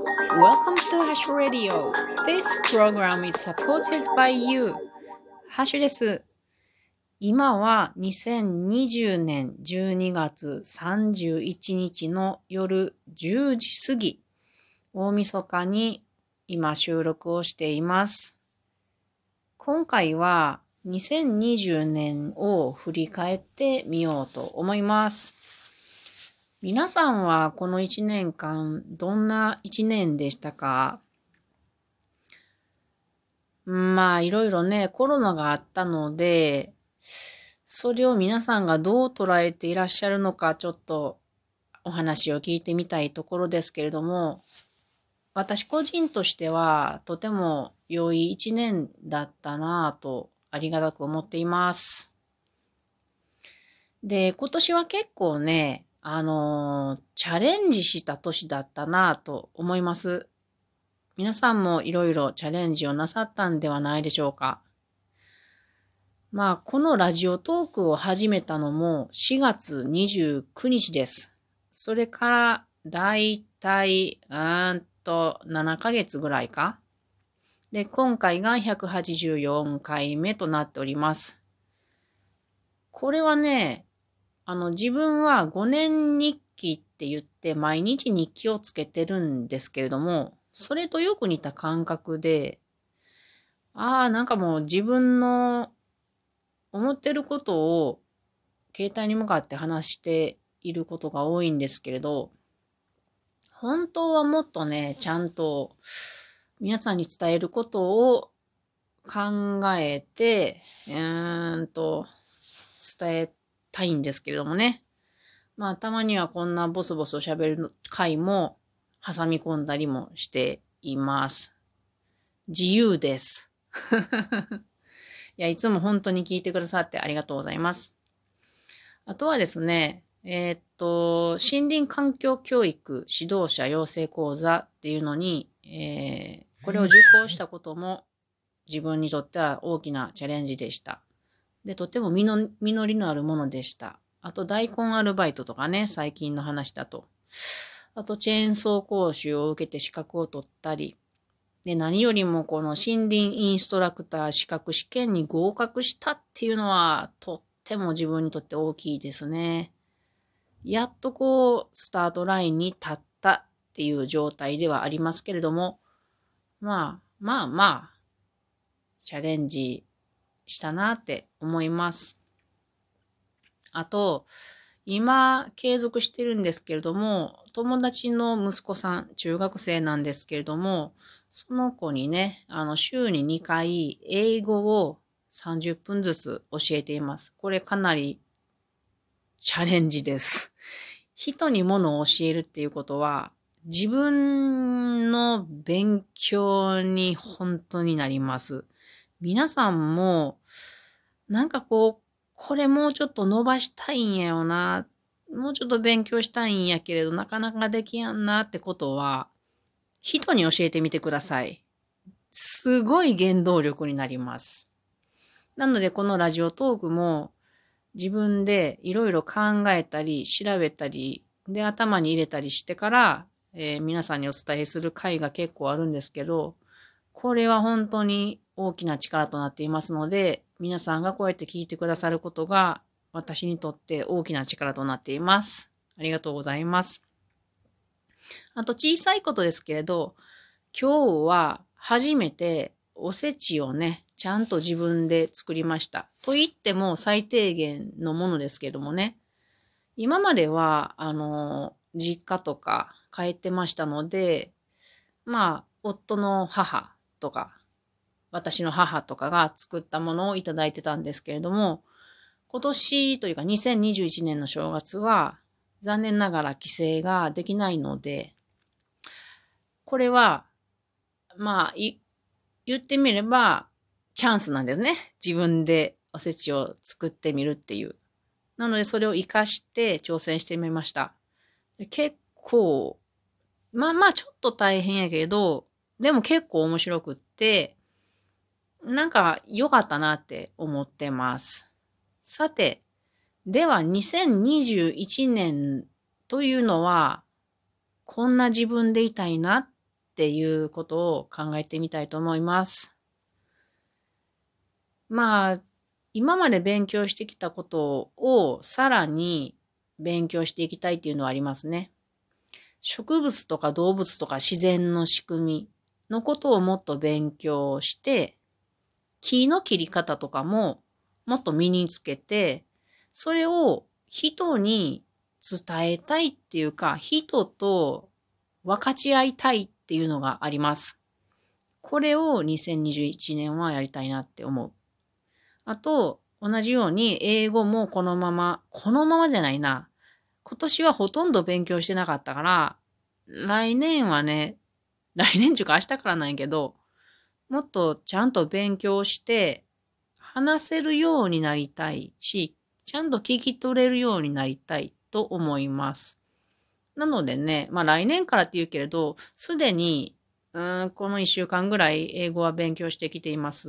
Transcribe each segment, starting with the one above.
Welcome to Hash Radio. This program is supported by you. ハッシュです。今は2020年12月31日の夜10時過ぎ、大晦日に今収録をしています。今回は2020年を振り返ってみようと思います。皆さんはこの1年間どんな1年でしたか？いろいろね、コロナがあったので、それを皆さんがどう捉えていらっしゃるのか、ちょっとお話を聞いてみたいところですけれども、私個人としてはとても良い1年だったなぁとありがたく思っています。で、今年は結構ね、チャレンジした年だったなぁと思います。皆さんもいろいろチャレンジをなさったんではないでしょうか。このラジオトークを始めたのも4月29日です。それからだいたい7ヶ月ぐらいか。で、今回が184回目となっております。これはね、自分は5年日記って言って毎日日記をつけてるんですけれども、それとよく似た感覚で、なんかもう自分の思ってることを携帯に向かって話していることが多いんですけれど、本当はもっとね、ちゃんと皆さんに伝えることを考えて、伝えたいんですけれどもね。たまにはこんなボソボソ喋る回も挟み込んだりもしています。自由です。いつも本当に聞いてくださってありがとうございます。あとはですね、森林環境教育指導者養成講座っていうのに、これを受講したことも自分にとっては大きなチャレンジでした。で、とても実りのあるものでした。あと、大根アルバイトとかね、最近の話だと。あと、チェーンソー講習を受けて資格を取ったり。で、何よりもこの森林インストラクター資格試験に合格したっていうのは、とっても自分にとって大きいですね。やっとスタートラインに立ったっていう状態ではありますけれども、チャレンジしたなって思います。あと、今継続してるんですけれども、友達の息子さん、中学生なんですけれども、その子にね、週に2回英語を30分ずつ教えています。これかなりチャレンジです。人に物を教えるっていうことは、自分の勉強に本当になります。皆さんも、これもうちょっと伸ばしたいんやよな。もうちょっと勉強したいんやけれど、なかなかできやんなってことは、人に教えてみてください。すごい原動力になります。なので、このラジオトークも、自分でいろいろ考えたり、調べたり、で、頭に入れたりしてから、皆さんにお伝えする回が結構あるんですけど、これは本当に大きな力となっていますので、皆さんがこうやって聞いてくださることが、私にとって大きな力となっています。ありがとうございます。あと、小さいことですけれど、今日は初めておせちをね、ちゃんと自分で作りました。と言っても最低限のものですけどもね。今までは、実家とか帰ってましたので、夫の母とか、私の母とかが作ったものをいただいてたんですけれども、今年というか2021年の正月は、残念ながら帰省ができないので、これは、言ってみれば、チャンスなんですね。自分でおせちを作ってみるっていう。なので、それを活かして挑戦してみました。結構、ちょっと大変やけど、でも結構面白くって、良かったなって思ってます。さて、では2021年というのは、こんな自分でいたいなっっていうことを考えてみたいと思います。まあ、今まで勉強してきたことをさらに勉強していきたいっていうのはありますね。植物とか動物とか自然の仕組みのことをもっと勉強して、木の切り方とかももっと身につけて、それを人に伝えたいっていうか、人と分かち合いたいっていうのがあります。これを2021年はやりたいなって思う。あと、同じように英語もこのままじゃないな。今年はほとんど勉強してなかったから、来年はね、来年中か明日からなんやけど、もっとちゃんと勉強して、話せるようになりたいし、ちゃんと聞き取れるようになりたいと思います。なのでね、来年からって言うけれど、すでに、この1週間ぐらい英語は勉強してきています。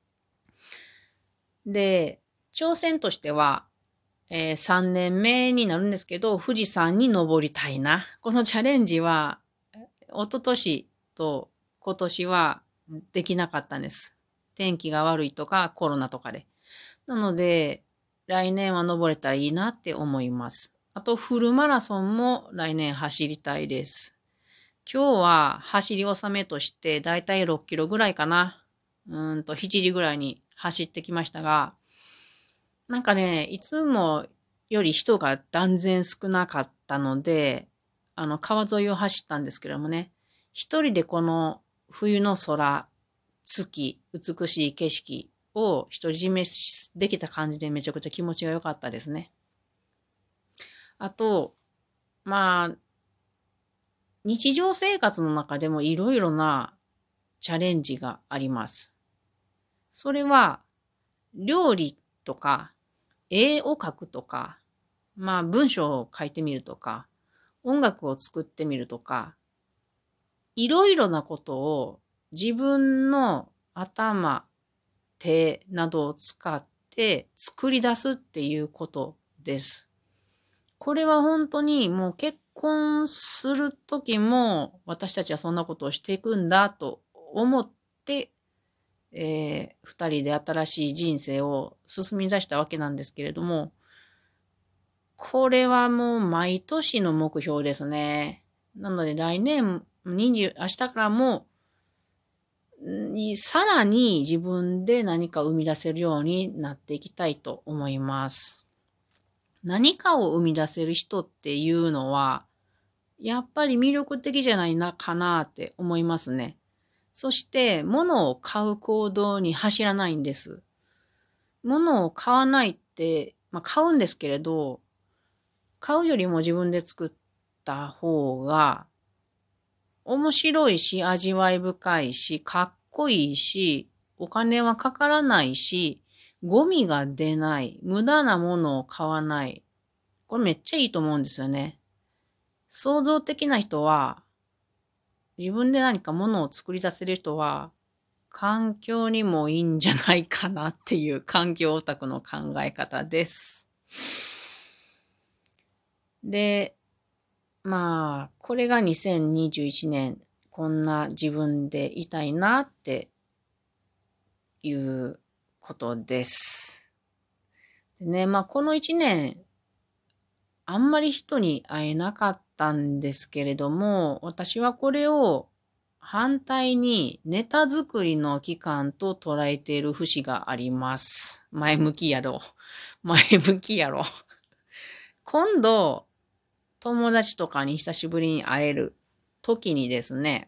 で、挑戦としては、3年目になるんですけど、富士山に登りたいな。このチャレンジは、一昨年と今年はできなかったんです。天気が悪いとかコロナとかで。なので、来年は登れたらいいなって思います。あと、フルマラソンも来年走りたいです。今日は走り納めとしてだいたい6キロぐらいかな。7時ぐらいに走ってきましたが、なんかね、いつもより人が断然少なかったので、川沿いを走ったんですけどもね、一人でこの冬の空、月、美しい景色を独り占めできた感じでめちゃくちゃ気持ちが良かったですね。あと、まあ、日常生活の中でもいろいろなチャレンジがあります。それは、料理とか、絵を描くとか、文章を書いてみるとか、音楽を作ってみるとか、いろいろなことを自分の頭、手などを使って作り出すっていうことです。これは本当にもう結婚するときも私たちはそんなことをしていくんだと思って、二人で新しい人生を進み出したわけなんですけれども、これはもう毎年の目標ですね。なので来年20、明日からも、さらに自分で何か生み出せるようになっていきたいと思います。何かを生み出せる人っていうのは、やっぱり魅力的じゃないな、かなって思いますね。そして、物を買う行動に走らないんです。物を買わないって、買うんですけれど、買うよりも自分で作った方が、面白いし、味わい深いし、かっこいいし、お金はかからないし、ゴミが出ない、無駄なものを買わない。これめっちゃいいと思うんですよね。創造的な人は、自分で何かものを作り出せる人は、環境にもいいんじゃないかなっていう環境オタクの考え方です。で、これが2021年、こんな自分でいたいなっていうことです。でね、この1年、あんまり人に会えなかったんですけれども、私はこれを反対にネタ作りの期間と捉えている節があります。前向きやろ。前向きやろ。今度、友達とかに久しぶりに会える時にですね、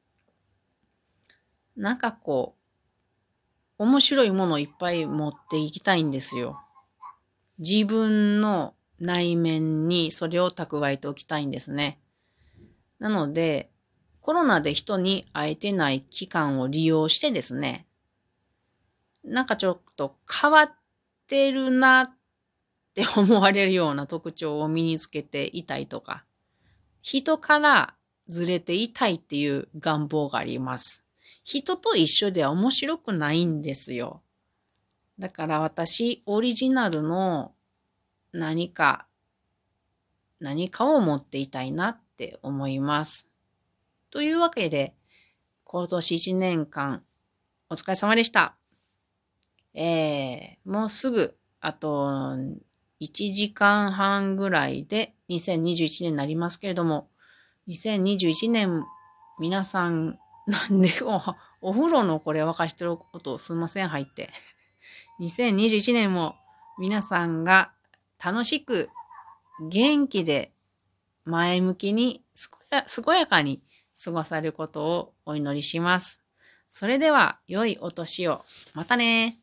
なんかこう、面白いものをいっぱい持っていきたいんですよ。自分の内面にそれを蓄えておきたいんですね。なので、コロナで人に会えてない期間を利用してですね、なんかちょっと変わってるなって思われるような特徴を身につけていたいとか、人からずれていたいっていう願望があります。人と一緒では面白くないんですよ。だから私、オリジナルの何かを持っていたいなって思います。 というわけで、今年1年間お疲れ様でした。もうすぐ、あと1時間半ぐらいで2021年になりますけれども、2021年、皆さん、なんでお風呂のこれ沸かしてることすいません、入って。2021年も皆さんが楽しく元気で前向きに健やかに過ごされることをお祈りします。それでは良いお年を。またね。